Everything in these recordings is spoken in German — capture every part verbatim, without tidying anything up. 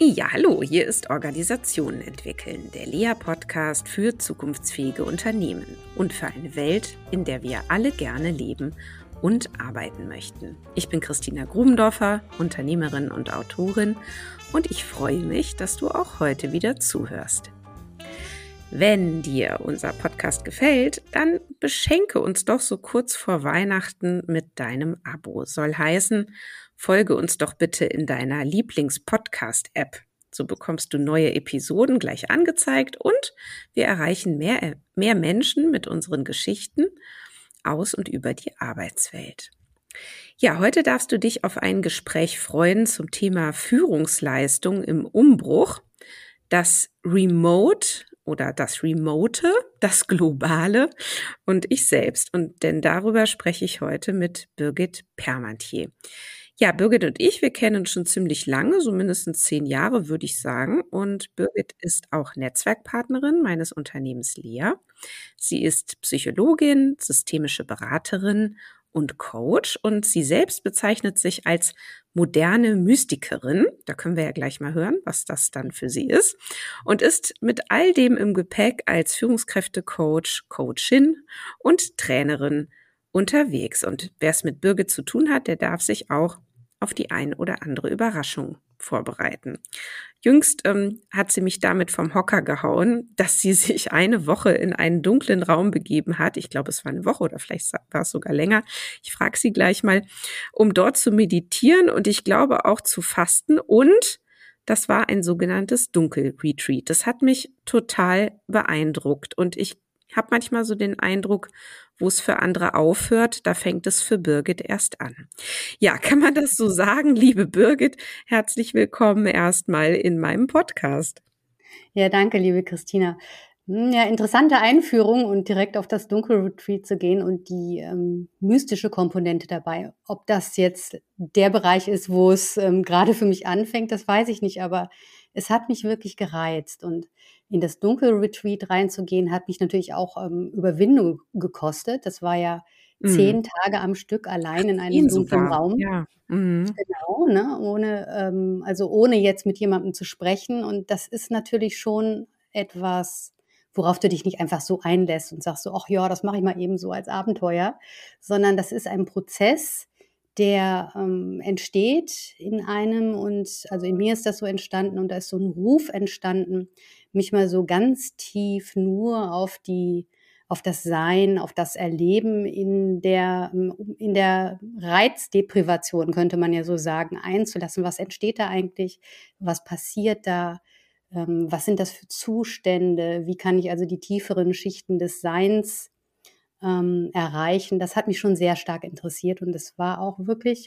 Ja, hallo, hier ist Organisationen entwickeln, der L E A-Podcast für zukunftsfähige Unternehmen und für eine Welt, in der wir alle gerne leben und arbeiten möchten. Ich bin Christina Grubendorfer, Unternehmerin und Autorin, und ich freue mich, dass du auch heute wieder zuhörst. Wenn dir unser Podcast gefällt, dann beschenke uns doch so kurz vor Weihnachten mit deinem Abo. Soll heißen, folge uns doch bitte in deiner Lieblings-Podcast-App. So bekommst du neue Episoden gleich angezeigt und wir erreichen mehr, mehr Menschen mit unseren Geschichten aus und über die Arbeitswelt. Ja, heute darfst du dich auf ein Gespräch freuen zum Thema Führungsleistung im Umbruch, das Remote oder das Remote, das Globale und ich selbst. Und denn darüber spreche ich heute mit Birgit Permantier. Ja, Birgit und ich, wir kennen uns schon ziemlich lange, so mindestens zehn Jahre, würde ich sagen. Und Birgit ist auch Netzwerkpartnerin meines Unternehmens L E A. Sie ist Psychologin, systemische Beraterin und Coach, und sie selbst bezeichnet sich als moderne Mystikerin. Da können wir ja gleich mal hören, was das dann für sie ist. Und ist mit all dem im Gepäck als Führungskräftecoach, Coachin und Trainerin unterwegs. Und wer es mit Birgit zu tun hat, der darf sich auch auf die ein oder andere Überraschung vorbereiten. Jüngst ähm, hat sie mich damit vom Hocker gehauen, dass sie sich eine Woche in einen dunklen Raum begeben hat. Ich glaube, es war eine Woche oder vielleicht war es sogar länger. Ich frage sie gleich mal, um dort zu meditieren und ich glaube auch zu fasten. Und das war ein sogenanntes Dunkelretreat. Das hat mich total beeindruckt und ich habe manchmal so den Eindruck, wo es für andere aufhört, da fängt es für Birgit erst an. Ja, kann man das so sagen? Liebe Birgit, herzlich willkommen erstmal in meinem Podcast. Ja, danke, liebe Christina. Ja, interessante Einführung und direkt auf das Dunkelretreat zu gehen und die ähm, mystische Komponente dabei. Ob das jetzt der Bereich ist, wo es ähm, gerade für mich anfängt, das weiß ich nicht, aber es hat mich wirklich gereizt, und in das Dunkelretreat reinzugehen, hat mich natürlich auch ähm, Überwindung gekostet. Das war ja mhm. zehn Tage am Stück allein in einem dunklen sogar. Raum. Ja. Mhm. Genau, ne, ohne, ähm, also ohne jetzt mit jemandem zu sprechen. Und das ist natürlich schon etwas, worauf du dich nicht einfach so einlässt und sagst so, ach ja, das mache ich mal eben so als Abenteuer, sondern das ist ein Prozess, der ähm, entsteht in einem, und also in mir ist das so entstanden, und da ist so ein Ruf entstanden, mich mal so ganz tief nur auf die, auf das Sein, auf das Erleben in der, in der Reizdeprivation, könnte man ja so sagen, einzulassen. Was entsteht da eigentlich? Was passiert da? Ähm, was sind das für Zustände? Wie kann ich also die tieferen Schichten des Seins ähm, erreichen? Das hat mich schon sehr stark interessiert, und es war auch wirklich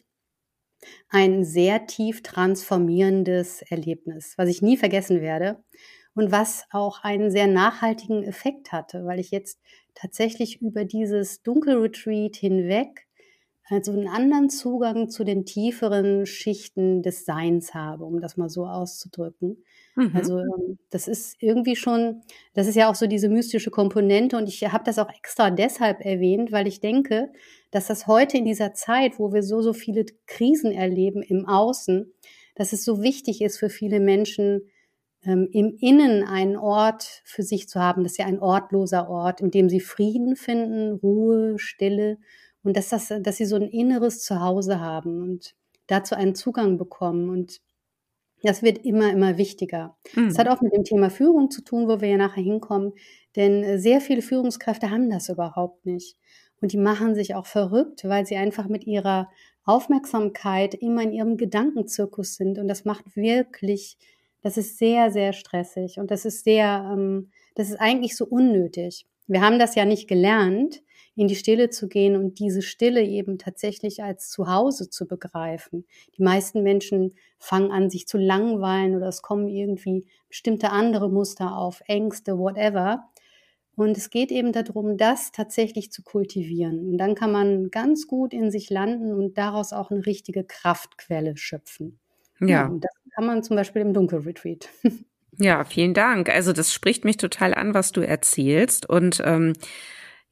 ein sehr tief transformierendes Erlebnis, was ich nie vergessen werde und was auch einen sehr nachhaltigen Effekt hatte, weil ich jetzt tatsächlich über dieses Dunkelretreat hinweg also einen anderen Zugang zu den tieferen Schichten des Seins habe, um das mal so auszudrücken. Mhm. Also ähm, das ist irgendwie schon, das ist ja auch so diese mystische Komponente, und ich habe das auch extra deshalb erwähnt, weil ich denke, dass das heute in dieser Zeit, wo wir so, so viele Krisen erleben im Außen, dass es so wichtig ist für viele Menschen, ähm, im Innen einen Ort für sich zu haben. Das ist ja ein ortloser Ort, in dem sie Frieden finden, Ruhe, Stille, und dass, das, dass sie so ein inneres Zuhause haben und dazu einen Zugang bekommen. Und das wird immer, immer wichtiger. Mhm. Das hat auch mit dem Thema Führung zu tun, wo wir ja nachher hinkommen. Denn sehr viele Führungskräfte haben das überhaupt nicht. Und die machen sich auch verrückt, weil sie einfach mit ihrer Aufmerksamkeit immer in ihrem Gedankenzirkus sind. Und das macht wirklich, das ist sehr, sehr stressig. Und das ist sehr, ähm, das ist eigentlich so unnötig. Wir haben das ja nicht gelernt, in die Stille zu gehen und diese Stille eben tatsächlich als Zuhause zu begreifen. Die meisten Menschen fangen an, sich zu langweilen, oder es kommen irgendwie bestimmte andere Muster auf, Ängste, whatever. Und es geht eben darum, das tatsächlich zu kultivieren. Und dann kann man ganz gut in sich landen und daraus auch eine richtige Kraftquelle schöpfen. Ja, Ja. und das kann man zum Beispiel im Dunkelretreat. Ja, vielen Dank. Also das spricht mich total an, was du erzählst. Und ähm,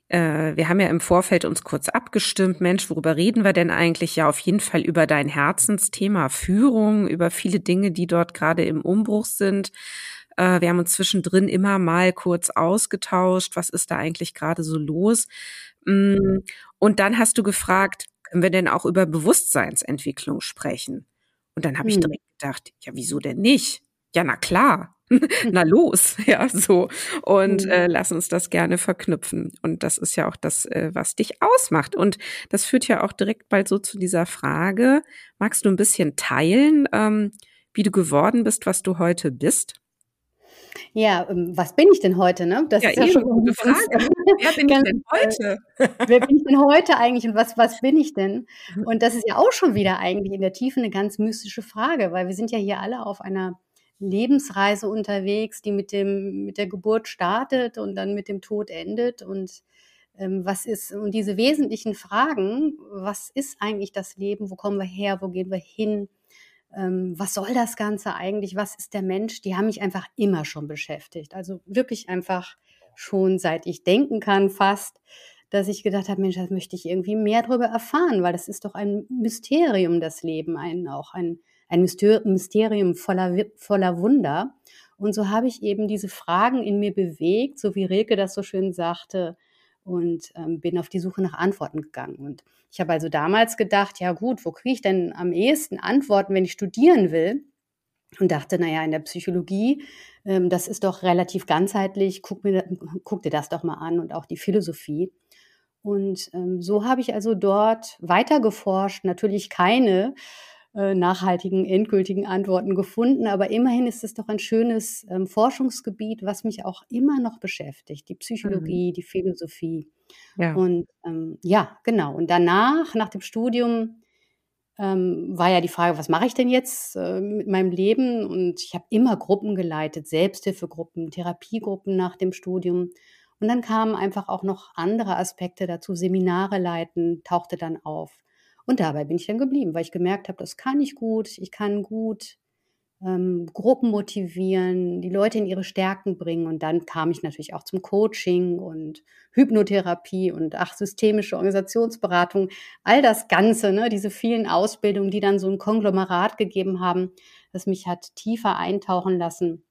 Äh, wir haben ja im Vorfeld uns kurz abgestimmt, Mensch, worüber reden wir denn eigentlich? Ja, auf jeden Fall über dein Herzensthema Führung, über viele Dinge, die dort gerade im Umbruch sind. Äh, wir haben uns zwischendrin immer mal kurz ausgetauscht, was ist da eigentlich gerade so los? Mm, Und dann hast du gefragt, können wir denn auch über Bewusstseinsentwicklung sprechen? Und dann habe ich Hm. direkt gedacht, ja, wieso denn nicht? Ja, na klar. Na los, ja, so. Und Hm. äh, lass uns das gerne verknüpfen. Und das ist ja auch das, äh, was dich ausmacht. Und das führt ja auch direkt bald so zu dieser Frage, magst du ein bisschen teilen, ähm, wie du geworden bist, was du heute bist? Ja, ähm, was bin ich denn heute, ne? Das Ja, ist ja schon eben, mal gute ganz Frage. Wer bin ich ganz, denn äh heute? wer bin ich denn heute eigentlich und was was bin ich denn? Und das ist ja auch schon wieder eigentlich in der Tiefe 'ne ganz mystische Frage, weil wir sind ja hier alle auf einer Lebensreise unterwegs, die mit dem mit der Geburt startet und dann mit dem Tod endet. Und, ähm, was ist und diese wesentlichen Fragen: Was ist eigentlich das Leben? Wo kommen wir her? Wo gehen wir hin? Ähm, was soll das Ganze eigentlich? Was ist der Mensch? Die haben mich einfach immer schon beschäftigt. Also wirklich einfach schon seit ich denken kann fast, dass ich gedacht habe: „Mensch, das möchte ich irgendwie mehr darüber erfahren, weil das ist doch ein Mysterium, das Leben, ein auch ein ein Mystö Mysterium voller wi voller Wunder.“ Und so habe ich eben diese Fragen in mir bewegt, so wie Rilke das so schön sagte, und, ähm, bin auf die Suche nach Antworten gegangen. Und ich habe also damals gedacht: „Ja gut, wo kriege ich denn am ehesten Antworten, wenn ich studieren will?“ Und dachte: „Na ja, in der Psychologie, ähm, das ist doch relativ ganzheitlich. Guck mir guck dir das doch mal an und auch die Philosophie.“ Und, ähm, so habe ich also dort weiter geforscht, natürlich keine, äh, nachhaltigen, endgültigen Antworten gefunden, aber immerhin ist es doch ein schönes, ähm, Forschungsgebiet, was mich auch immer noch beschäftigt, die Mhm. Psychologie, die Philosophie. Ja. Und, ähm, ja, genau. Und danach, nach dem Studium, ähm, war ja die Frage: „Was mache ich denn jetzt, äh, mit meinem Leben?“ Und ich habe immer Gruppen geleitet, Selbsthilfegruppen, Therapiegruppen nach dem Studium. Und dann kamen einfach auch noch andere Aspekte dazu. Seminare leiten tauchte dann auf. Und dabei bin ich dann geblieben, weil ich gemerkt habe, das kann ich gut. Ich kann gut ähm, Gruppen motivieren, die Leute in ihre Stärken bringen. Und dann kam ich natürlich auch zum Coaching und Hypnotherapie und ach, systemische Organisationsberatung, all das Ganze, ne, diese vielen Ausbildungen, die dann so ein Konglomerat gegeben haben, das mich hat tiefer eintauchen lassen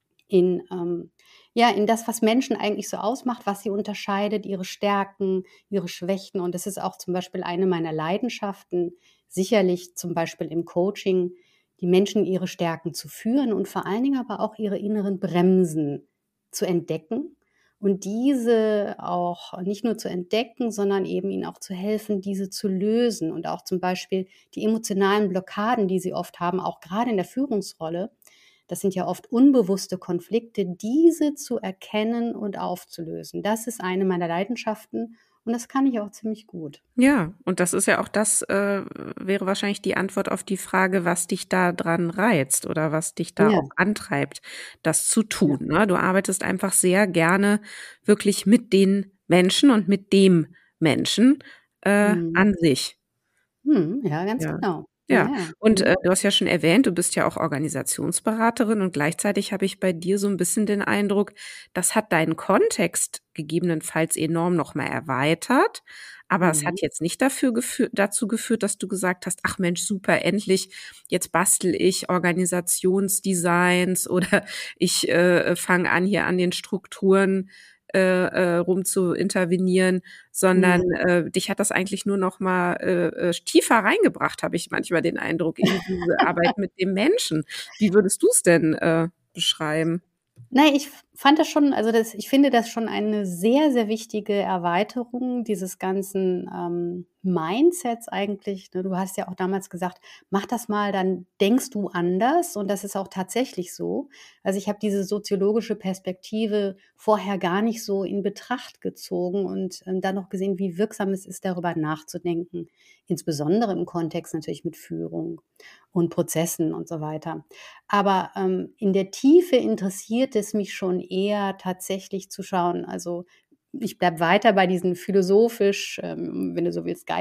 in, ähm, ja, in das, was Menschen eigentlich so ausmacht, was sie unterscheidet, ihre Stärken, ihre Schwächen. Und das ist auch zum Beispiel eine meiner Leidenschaften, sicherlich zum Beispiel im Coaching, die Menschen in ihre Stärken zu führen und vor allen Dingen aber auch ihre inneren Bremsen zu entdecken und diese auch nicht nur zu entdecken, sondern eben ihnen auch zu helfen, diese zu lösen und auch zum Beispiel die emotionalen Blockaden, die sie oft haben, auch gerade in der Führungsrolle, das sind ja oft unbewusste Konflikte, diese zu erkennen und aufzulösen. Das ist eine meiner Leidenschaften und das kann ich auch ziemlich gut. Ja, und das ist ja auch das, äh, wäre wahrscheinlich die Antwort auf die Frage, was dich da dran reizt oder was dich da Ja, auch antreibt, das zu ja. tun, ne? Du arbeitest einfach sehr gerne wirklich mit den Menschen und mit dem Menschen, äh, Mhm. an sich. Mhm, ja, ganz Ja. genau. Ja, Ja, ja. und, Mhm. äh, du hast ja schon erwähnt, du bist ja auch Organisationsberaterin und gleichzeitig habe ich bei dir so 'n bisschen den Eindruck, das hat deinen Kontext gegebenenfalls enorm noch mal erweitert, aber es Mhm. hat jetzt nicht dafür gefü dazu geführt, dass du gesagt hast: „Ach Mensch, super, endlich, jetzt bastel ich Organisationsdesigns oder ich, äh, fange an, hier an den Strukturen, äh, äh, rum zu intervenieren“, sondern, Mhm. äh, dich hat das eigentlich nur noch mal, äh, äh, tiefer reingebracht, habe ich manchmal den Eindruck, in diese Arbeit mit dem Menschen. Wie würdest du's denn, äh, beschreiben? Ne, ich f fand das schon also, das ich finde das schon eine sehr, sehr wichtige Erweiterung dieses ganzen, ähm, Mindsets eigentlich, ne? Du hast ja auch damals gesagt: „Mach das mal, dann denkst du anders.“ Und das ist auch tatsächlich so. Also, ich habe diese soziologische Perspektive vorher gar nicht so in Betracht gezogen und, ähm, dann noch gesehen, wie wirksam es ist, darüber nachzudenken, insbesondere im Kontext natürlich mit Führung und Prozessen und so weiter. Aber, ähm, in der Tiefe interessiert es mich schon eher tatsächlich zu schauen. Also, ich bleibe weiter bei diesen philosophisch, ähm, wenn du so willst,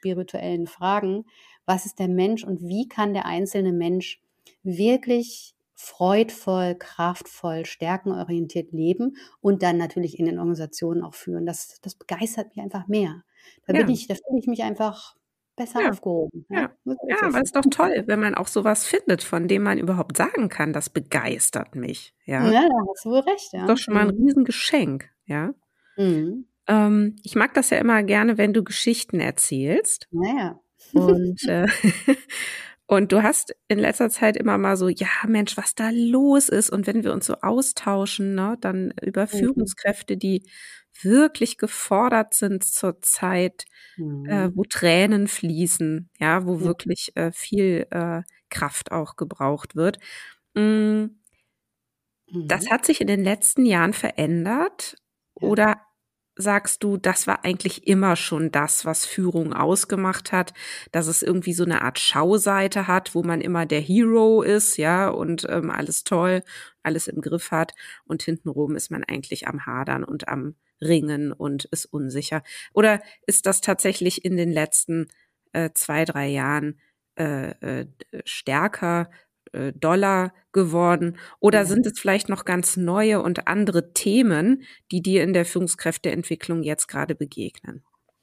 geistig-spirituellen Fragen. Was ist der Mensch und wie kann der einzelne Mensch wirklich freudvoll, kraftvoll, stärkenorientiert leben und dann natürlich in den Organisationen auch führen. Das das begeistert mich einfach mehr. Da bin Ja. ich da fühle ich mich einfach besser Ja, aufgehoben, ja. ja. So Ja, ist aber es. ist doch toll, wenn man auch so was findet, von dem man überhaupt sagen kann: „Das begeistert mich“, ja? Ja, da hast du wohl recht, Ist ja. doch schon mal 'n Mhm. Riesengeschenk, ja? Mhm. Ähm, ich mag das ja immer gerne, wenn du Geschichten erzählst Na ja. und, äh und du hast in letzter Zeit immer mal so: „Ja, Mensch, was da los ist“ und wenn wir uns so austauschen, ne, dann über Mhm. Führungskräfte, die wirklich gefordert sind zurzeit, äh, Mhm. wo Tränen fließen, ja, wo Ja. wirklich, äh, viel, äh, Kraft auch gebraucht wird. Hm, das Mhm. hat sich in den letzten Jahren verändert Ja. oder sagst du, das war eigentlich immer schon das, was Führung ausgemacht hat, dass es irgendwie so 'ne Art Schauseite hat, wo man immer der Hero ist, ja, und, ähm, alles toll, alles im Griff hat und hintenrum ist man eigentlich am Hadern und am Ringen und ist unsicher? Oder ist das tatsächlich in den letzten, äh, zwei, drei Jahren, äh, äh, d stärker, äh, doller geworden? Oder Ja. sind es vielleicht noch ganz neue und andere Themen, die dir in der Führungskräfteentwicklung jetzt grade begegnen?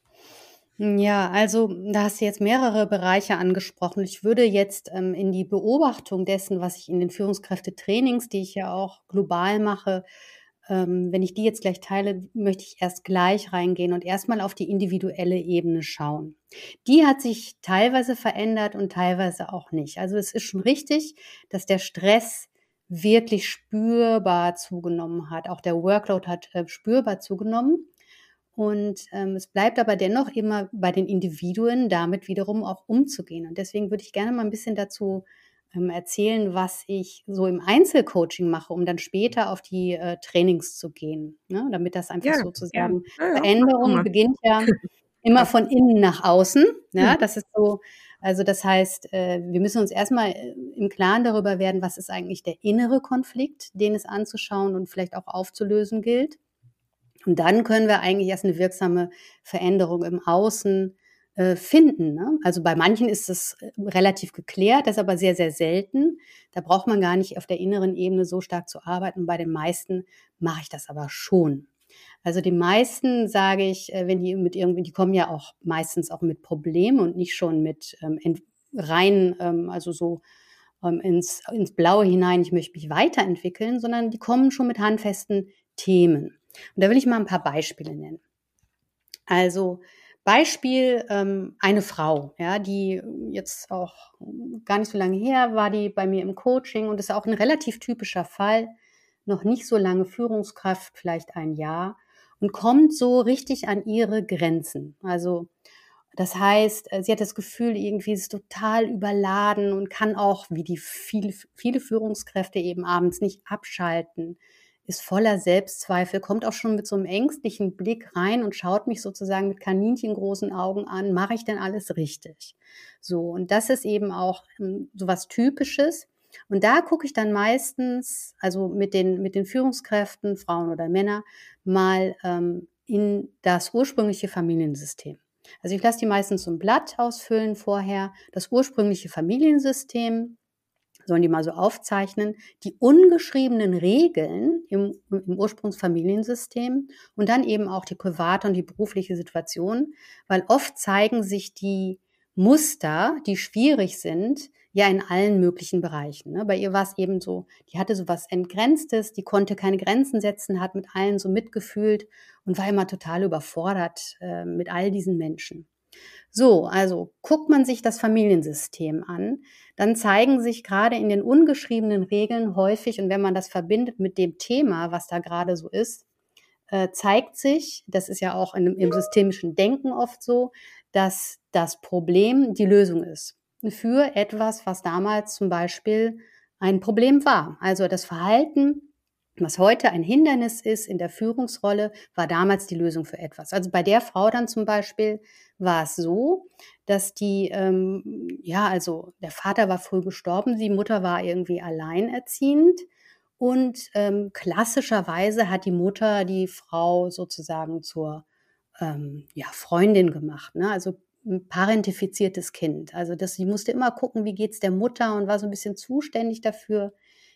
Hm, ja, also, da hast du jetzt mehrere Bereiche angesprochen. Ich würde jetzt, ähm, in die Beobachtung dessen, was ich in den Führungskräftetrainings, die ich ja auch global mache ähm, wenn ich die jetzt gleich teile, möchte ich erst gleich reingehen und erst mal auf die individuelle Ebene schauen. Die hat sich teilweise verändert und teilweise auch nicht. Also, es ist schon richtig, dass der Stress wirklich spürbar zugenommen hat. Auch der Workload hat, äh, spürbar zugenommen. Und, ähm, es bleibt aber dennoch immer bei den Individuen, damit wiederum auch umzugehen. Und deswegen würde ich gerne mal 'n bisschen dazu, ähm, erzählen, was ich so im Einzelcoaching mache, um dann später auf die, äh, Trainings zu gehen, ne? Damit das einfach Ja, gern. sozusagen Ja, ja, mach doch Veränderung mal. beginnt ja immer Passt. von innen nach außen, Mhm. ja? Das ist so also, das heißt, äh, wir müssen uns erst mal, äh, im Klaren darüber werden, was ist eigentlich der innere Konflikt, den es anzuschauen und vielleicht auch aufzulösen gilt. Und dann können wir eigentlich erst 'ne wirksame Veränderung im Außen, äh, finden, ne? Also, bei manchen ist es, äh, relativ geklärt, das ist aber sehr, sehr selten. Da braucht man gar nicht auf der inneren Ebene so stark zu arbeiten. Bei den meisten mache ich das aber schon. Also, den meisten sage ich, äh, wenn die mit irgendwie die kommen ja auch meistens auch mit Problemen und nicht schon mit, ähm, ent rein, ähm, also, so, ähm, ins ins Blaue hinein: „Ich möchte mich weiterentwickeln“, sondern die kommen schon mit handfesten Themen. Und da will ich mal 'n paar Beispiele nennen. Also, Beispiel, ähm, eine Frau, ja, die jetzt auch gar nicht so lange her war die bei mir im Coaching und ist auch 'n relativ typischer Fall, noch nicht so lange Führungskraft, vielleicht ein Jahr und kommt so richtig an ihre Grenzen. Also, das heißt, äh, sie hat das Gefühl, irgendwie ist total überladen und kann auch, wie die viel viele Führungskräfte eben abends nicht abschalten, ist voller Selbstzweifel, kommt auch schon mit so 'nem ängstlichen Blick rein und schaut mich sozusagen mit kaninchengroßen Augen an: „Mache ich denn alles richtig?“ So, und das ist eben auch, hm, so was Typisches. Und da gucke ich dann meistens, also, mit den mit den Führungskräften, Frauen oder Männer, mal, ähm, in das ursprüngliche Familiensystem. Also, ich lasse die meistens so 'n Blatt ausfüllen vorher, das ursprüngliche Familiensystem sollen die mal so aufzeichnen, die ungeschriebenen Regeln im im Ursprungsfamiliensystem und dann eben auch die private und die berufliche Situation, weil oft zeigen sich die Muster, die schwierig sind, ja in allen möglichen Bereichen, ne? Bei ihr war's eben so, die hatte so was Entgrenztes, die konnte keine Grenzen setzen, hat mit allen so mitgefühlt und war immer total überfordert, äh, mit all diesen Menschen. So, also, guckt man sich das Familiensystem an, dann zeigen sich grade in den ungeschriebenen Regeln häufig und wenn man das verbindet mit dem Thema, was da grade so ist, äh, zeigt sich das ist ja auch in 'nem im systemischen Denken oft so, dass das Problem die Lösung ist für etwas, was damals zum Beispiel ein Problem war. Also, das Verhalten, was heute ein Hindernis ist in der Führungsrolle, war damals die Lösung für etwas. Also, bei der Frau dann zum Beispiel war's so, dass die, ähm ja, also, der Vater war früh gestorben, die Mutter war irgendwie alleinerziehend und, ähm, klassischerweise hat die Mutter die Frau sozusagen zur, ähm, ja, Freundin gemacht, ne? Also, 'n parentifiziertes Kind. Also, das sie musste immer gucken, wie geht's der Mutter und war so 'n bisschen zuständig dafür,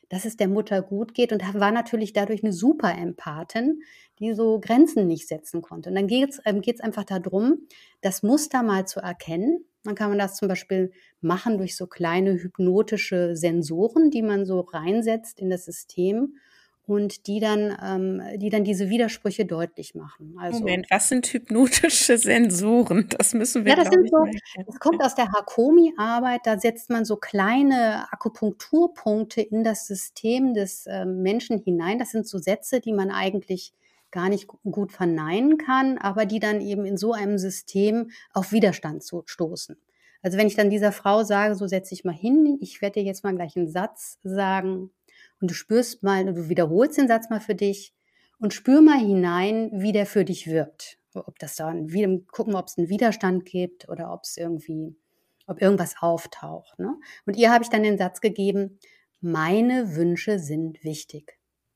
dass es der Mutter gut geht und war natürlich dadurch eine super Empathin, die so Grenzen nicht setzen konnte. Und dann geht's ähm, geht's einfach darum, das Muster mal zu erkennen. Dann kann man das zum Beispiel machen durch so kleine hypnotische Sensoren, die man so reinsetzt in das System und die dann ähm, die dann diese Widersprüche deutlich machen. Also Moment, was sind hypnotische Sensoren? Das müssen wir, ja, das glaube sind ich, so mal erklären. das kommt aus der Hakomi-Arbeit, da setzt man so kleine Akupunkturpunkte in das System des, ähm, Menschen hinein. Das sind so Sätze, die man eigentlich gar nicht gu gut verneinen kann, aber die dann eben in so einem System auf Widerstand zu stoßen. Also, wenn ich dann dieser Frau sage: „So, setz dich mal hin, ich werde dir jetzt mal gleich 'n Satz sagen und du spürst mal du wiederholst den Satz mal für dich und spür mal hinein, wie der für dich wirkt.“ Ob das da 'n wie gucken, ob's 'n Widerstand gibt oder ob's irgendwie ob irgendwas auftaucht, ne? Und ihr habe ich dann den Satz gegeben: „Meine Wünsche sind wichtig.“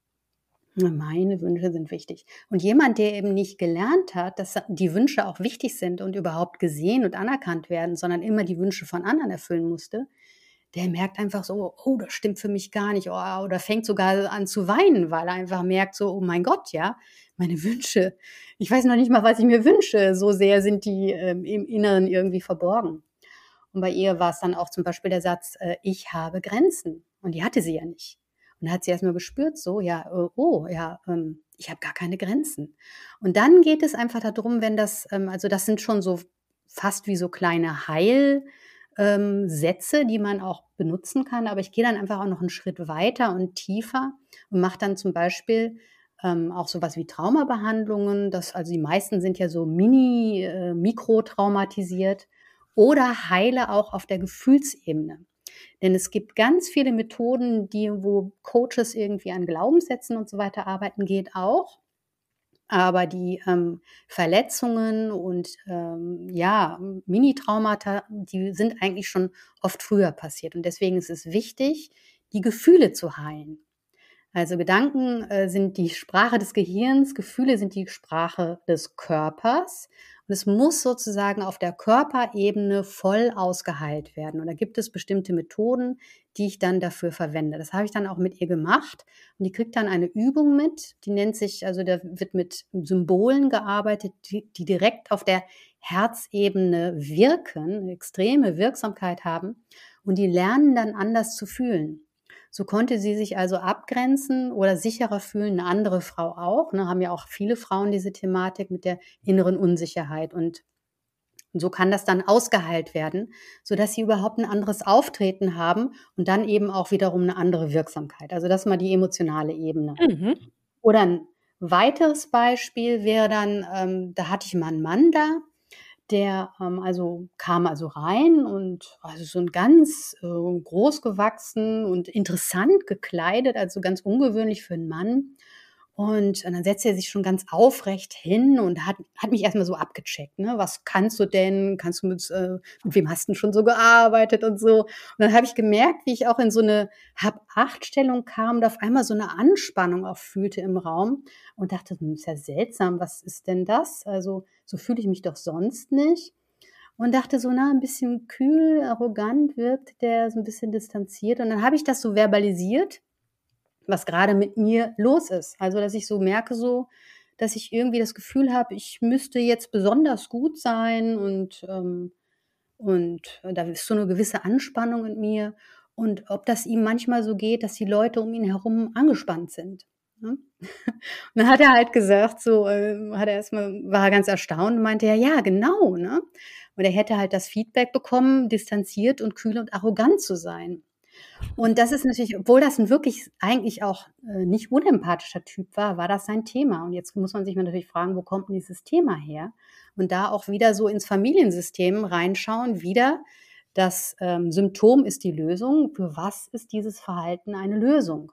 Ja, meine Wünsche sind wichtig. Und jemand, der eben nicht gelernt hat, dass die Wünsche auch wichtig sind und überhaupt gesehen und anerkannt werden, sondern immer die Wünsche von anderen erfüllen musste, der merkt einfach so: „Oh, das stimmt für mich gar nicht“, oh, oder fängt sogar an zu weinen, weil er einfach merkt so: „Oh mein Gott, ja, meine Wünsche. Ich weiß noch nicht mal, was ich mir wünsche, so sehr sind die, ähm, im Inneren irgendwie verborgen.“ Und bei ihr war es dann auch zum Beispiel der Satz, äh: „Ich habe Grenzen.“ Und die hatte sie ja nicht. Und da hat sie erst mal gespürt so, ja, äh, oh, ja, ähm, ich habe gar keine Grenzen. Und dann geht es einfach darum, wenn das ähm, also das sind schon so fast wie so kleine Heil ähm, Sätze, die man auch benutzen kann, aber ich gehe dann einfach auch noch 'n Schritt weiter und tiefer und mache dann zum Beispiel, ähm, auch so was wie Traumabehandlungen. Das also die meisten sind ja so mini äh, mikrotraumatisiert oder heile auch auf der Gefühlsebene. Denn es gibt ganz viele Methoden, die wo Coaches irgendwie an Glaubenssätzen und so weiter arbeiten, geht auch. Aber die, ähm, Verletzungen und, ähm, ja, Mini-Traumata, die sind eigentlich schon oft früher passiert. Und deswegen ist es wichtig, die Gefühle zu heilen. Also Gedanken, äh, sind die Sprache des Gehirns, Gefühle sind die Sprache des Körpers. Und es muss sozusagen auf der Körperebene voll ausgeheilt werden. Und da gibt es bestimmte Methoden, die ich dann dafür verwende. Das habe ich dann auch mit ihr gemacht. Und die kriegt dann eine Übung mit, die nennt sich also da wird mit Symbolen gearbeitet, die die direkt auf der Herzebene wirken, 'ne extreme Wirksamkeit haben. Und die lernen dann anders zu fühlen. So konnte sie sich also abgrenzen oder sicherer fühlen, 'ne andere Frau auch, ne? Haben ja auch viele Frauen diese Thematik mit der inneren Unsicherheit. Und so kann das dann ausgeheilt werden, sodass sie überhaupt 'n anderes Auftreten haben und dann eben auch wiederum 'ne andere Wirksamkeit. Also das ist mal die emotionale Ebene. Mhm. Oder 'n weiteres Beispiel wäre dann, ähm, da hatte ich mal 'n Mann da, der, ähm, also kam also rein und also so 'n ganz, äh, groß gewachsen und interessant gekleidet, also ganz ungewöhnlich für 'n Mann. Und und dann setzte er sich schon ganz aufrecht hin und hat hat mich erst mal so abgecheckt, ne? „Was kannst du denn? Kannst du mit äh, mit wem hast 'n schon so gearbeitet?“ und so. Und dann habe ich gemerkt, wie ich auch in so 'ne Hab-Acht-Stellung kam und auf einmal so 'ne Anspannung auch fühlte im Raum und dachte: „Hm, ist ja seltsam, was ist denn das? Also, so fühle ich mich doch sonst nicht.“ Und dachte so, na, 'n bisschen kühl, arrogant wirkt der, so 'n bisschen distanziert. Und dann habe ich das so verbalisiert, was grade mit mir los ist. Also, dass ich so merke so, dass ich irgendwie das Gefühl habe, ich müsste jetzt besonders gut sein und, ähm und da ist so 'ne gewisse Anspannung in mir. Und ob das ihm manchmal so geht, dass die Leute um ihn herum angespannt sind, ne? Und dann hat er halt gesagt so, ähm hat er erst mal war er ganz erstaunt und meinte: „Ja, ja, genau“, ne? Und er hätte halt das Feedback bekommen, distanziert und kühl und arrogant zu sein. Und das ist natürlich obwohl das 'n wirklich eigentlich auch, äh, nicht unempathischer Typ war, war das sein Thema. Und jetzt muss man sich mal natürlich fragen, wo kommt 'n dieses Thema her? Und da auch wieder so ins Familiensystem reinschauen, wieder das, ähm, Symptom ist die Lösung. Für was ist dieses Verhalten eine Lösung?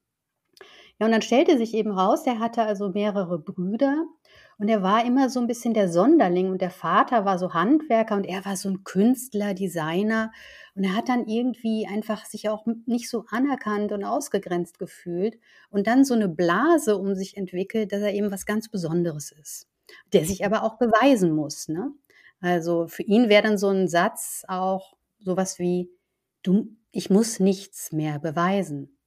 Ja, und dann stellte sich eben raus, der hatte also mehrere Brüder und er war immer so 'n bisschen der Sonderling und der Vater war so Handwerker und er war so 'n Künstler, Designer. Und er hat dann irgendwie einfach sich auch n nicht so anerkannt und ausgegrenzt gefühlt und dann so 'ne Blase um sich entwickelt, dass er eben was ganz Besonderes ist, der sich aber auch beweisen muss, ne? Also, für ihn wäre dann so 'n Satz auch so was wie: „Du ich muss nichts mehr beweisen.“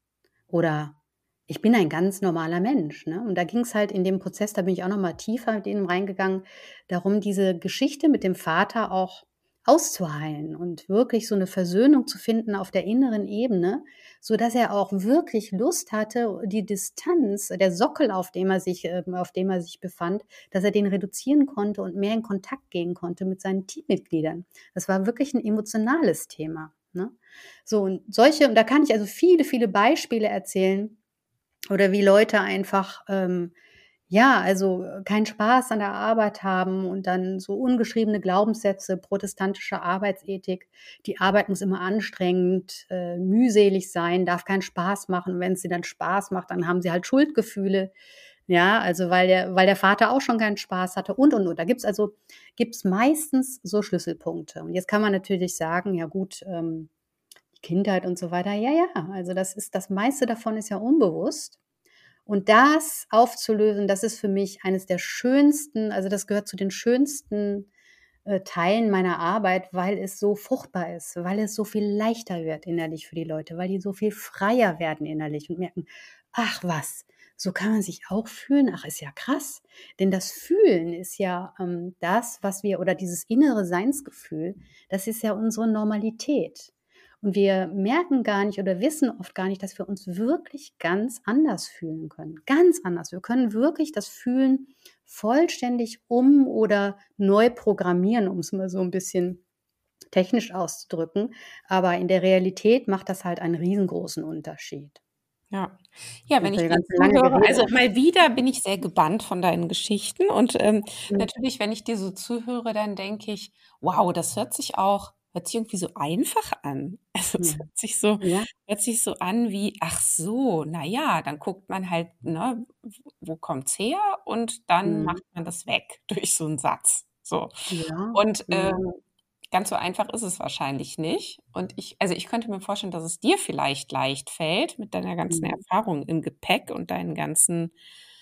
oder ich bin ein ganz normaler Mensch, ne? Und da ging es halt in dem Prozess, da bin ich auch noch mal tiefer mit ihnen reingegangen, darum, diese Geschichte mit dem Vater auch auszuheilen und wirklich so eine Versöhnung zu finden auf der inneren Ebene, sodass er auch wirklich Lust hatte, die Distanz, der Sockel, auf dem er sich ähm, auf dem er sich befand, dass er den reduzieren konnte und mehr in Kontakt gehen konnte mit seinen Teammitgliedern. Das war wirklich ein emotionales Thema, ne? So, und solche und da kann ich also viele, viele Beispiele erzählen, oder wie Leute einfach, ähm, ja, also, äh, keinen Spaß an der Arbeit haben und dann so ungeschriebene Glaubenssätze, protestantische Arbeitsethik. Die Arbeit muss immer anstrengend, äh, mühselig sein, darf keinen Spaß machen. Wenn sie dann Spaß macht, dann haben sie halt Schuldgefühle. Ja, also, weil der weil der Vater auch schon keinen Spaß hatte und, und, und. Da gibt's also gibt's meistens so Schlüsselpunkte. Und jetzt kann man natürlich sagen: „Ja gut, ähm, die Kindheit und so weiter." Ja, ja, also das ist das meiste davon ist ja unbewusst. Und das aufzulösen, das ist für mich eines der schönsten, also das gehört zu den schönsten, äh, Teilen meiner Arbeit, weil es so fruchtbar ist, weil es so viel leichter wird innerlich für die Leute, weil die so viel freier werden innerlich und merken: „Ach was, so kann man sich auch fühlen? Ach, ist ja krass." Denn das Fühlen ist ja, ähm, das, was wir oder dieses innere Seinsgefühl, das ist ja unsere Normalität. Und wir merken gar nicht oder wissen oft gar nicht, dass wir uns wirklich ganz anders fühlen können. Ganz anders. Wir können wirklich das Fühlen vollständig um oder neu programmieren, um es mal so ein bisschen technisch auszudrücken. Aber in der Realität macht das halt einen riesengroßen Unterschied. Ja. Ja, wenn Das ist ich ja dir ganz lange zuhöre, also geredet. mal wieder bin ich sehr gebannt von deinen Geschichten und ähm, Mhm. natürlich, wenn ich dir so zuhöre, dann denke ich, wow, das hört sich auch, hört sich irgendwie so einfach an. Also es Ja. hört sich so, Ja. hört sich so an wie, ach so, na ja, dann guckt man halt, ne, wo kommt's her und dann Mhm. macht man das weg durch so einen Satz. So. Ja. Und Ja. ähm, ganz so einfach ist es wahrscheinlich nicht. Und ich, also ich könnte mir vorstellen, dass es dir vielleicht leicht fällt mit deiner ganzen Mhm. Erfahrung im Gepäck und deinen ganzen,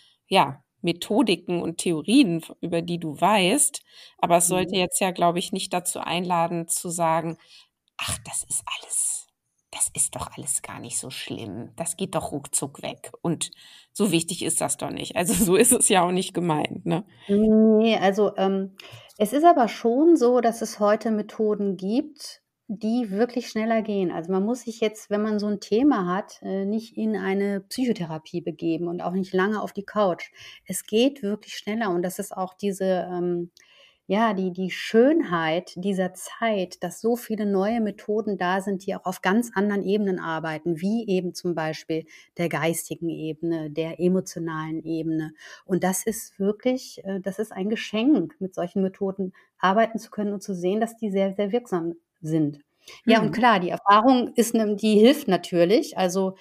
ja, Methodiken und Theorien, über die du weißt. Aber es sollte Mhm. jetzt ja, glaube ich, nicht dazu einladen zu sagen, ach, das ist alles, das ist doch alles gar nicht so schlimm. Das geht doch ruckzuck weg. Und so wichtig ist das doch nicht. Also so ist es ja auch nicht gemeint, ne? Ne, also, ähm, es ist aber schon so, dass es heute Methoden gibt, die wirklich schneller gehen. Also, man muss sich jetzt, wenn man so 'n Thema hat, äh, nicht in eine Psychotherapie begeben und auch nicht lange auf die Couch. Es geht wirklich schneller und das ist auch diese, ähm ja, die die Schönheit dieser Zeit, dass so viele neue Methoden da sind, die auch auf ganz anderen Ebenen arbeiten, wie eben zum Beispiel der geistigen Ebene, der emotionalen Ebene. Und das ist wirklich äh, das ist ein Geschenk, mit solchen Methoden arbeiten zu können und zu sehen, dass die sehr, sehr wirksam sind. Ja, und Mhm. klar, die Erfahrung ist 'ne die hilft natürlich. Also,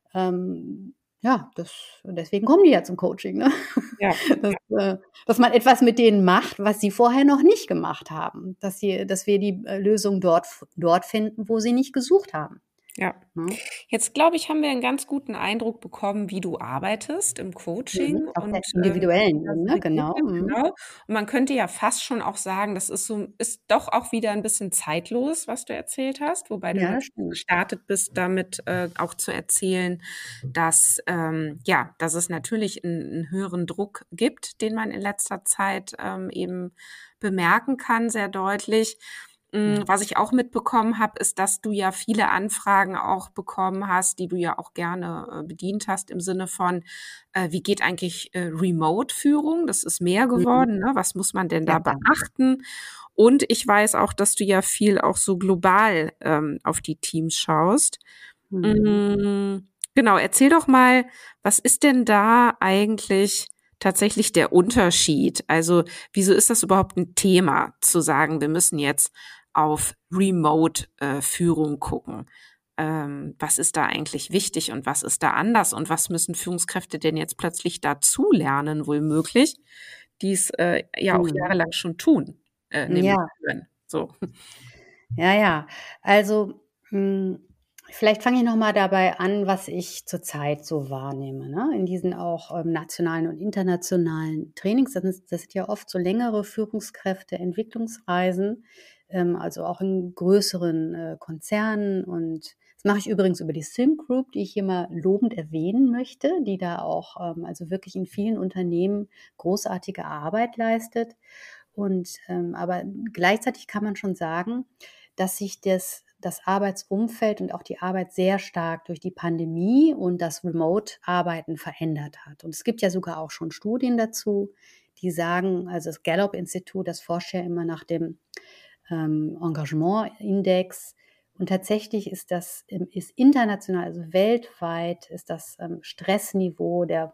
ähm, ja, das deswegen kommen die ja zum Coaching, ne? Ja. Dass, äh dass man etwas mit denen macht, was sie vorher noch nicht gemacht haben. Dass sie dass wir die, äh, Lösung dort f dort finden, wo sie nicht gesucht haben, Ja. ne? Jetzt glaube ich, haben wir einen ganz guten Eindruck bekommen, wie du arbeitest im Mhm. Coaching Auf der und, ähm, was dir individuellen da so Ebene, genau. begegnet, Mhm. genau. Und man könnte ja fast schon auch sagen, das ist so ist doch auch wieder ein bisschen zeitlos, was du erzählt hast, wobei du Ja, das natürlich stimmt. gestartet bist, damit, äh, auch zu erzählen, dass, ähm, ja, dass es natürlich einen 'n höheren Druck gibt, den man in letzter Zeit, ähm, eben bemerken kann, sehr deutlich. Hm, Ja. was ich auch mitbekommen habe, ist, dass du ja viele Anfragen auch bekommen hast, die du ja auch gerne, äh, bedient hast im Sinne von, äh, wie geht eigentlich, äh, Remote-Führung? Das ist mehr Mhm. geworden, ne? Was muss man denn Ja, da klar. beachten? Und ich weiß auch, dass du ja viel auch so global, ähm, auf die Teams schaust. Mhm. Hm, genau, erzähl doch mal, was ist denn da eigentlich tatsächlich der Unterschied? Also, wieso ist das überhaupt ein Thema, zu sagen, wir müssen jetzt auf Remote, äh, Führung gucken? Ähm, was ist da eigentlich wichtig und was ist da anders und was müssen Führungskräfte denn jetzt plötzlich dazulernen, wohl die es äh, ja auch Mhm. jahrelang schon tun, äh, nämlich Ja, führen, so. ja, ja. Also, hm, vielleicht fange ich noch mal dabei an, was ich zurzeit so wahrnehme, ne, in diesen auch, ähm, nationalen und internationalen Trainings. Das ist das sind ja oft so längere Führungskräfte-Entwicklungsreisen, ähm, also auch in größeren, äh, Konzernen und es mache ich übrigens über die Sync Group, die ich hier mal lobend erwähnen möchte, die da auch ähm, also wirklich in vielen Unternehmen großartige Arbeit leistet. Und ähm, aber gleichzeitig kann man schon sagen, dass sich das das Arbeitsumfeld und auch die Arbeit sehr stark durch die Pandemie und das Remote-Arbeiten verändert hat. Und es gibt ja sogar auch schon Studien dazu, die sagen, also das Gallup-Institut, das forscht ja immer nach dem ähm, Engagement-Index. Und tatsächlich ist das ist international, also weltweit, ist das ähm, Stressniveau der,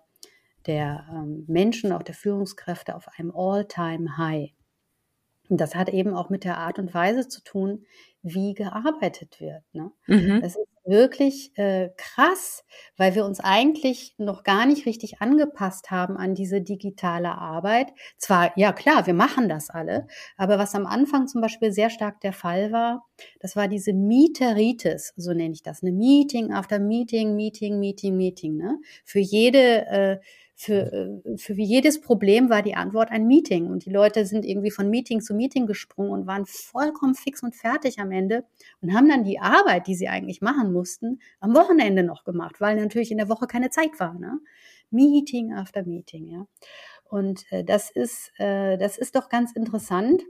der ähm, Menschen, auch der Führungskräfte auf einem All-Time-High. Und das hat eben auch mit der Art und Weise zu tun, wie gearbeitet wird. Ne? Mhm. Das ist wirklich äh, krass, weil wir uns eigentlich noch gar nicht richtig angepasst haben an diese digitale Arbeit. Zwar, ja klar, wir machen das alle, aber was am Anfang zum Beispiel sehr stark der Fall war, das war diese Meeteritis, so nenne ich das, eine Meeting after Meeting, Meeting, Meeting, Meeting. Ne? Für jede äh, Für, für jedes Problem war die Antwort ein Meeting. Und die Leute sind irgendwie von Meeting zu Meeting gesprungen und waren vollkommen fix und fertig am Ende und haben dann die Arbeit, die sie eigentlich machen mussten, am Wochenende noch gemacht, weil natürlich in der Woche keine Zeit war. Ne? Meeting after Meeting, ja. Und äh, das ist, äh, das ist doch ganz interessant.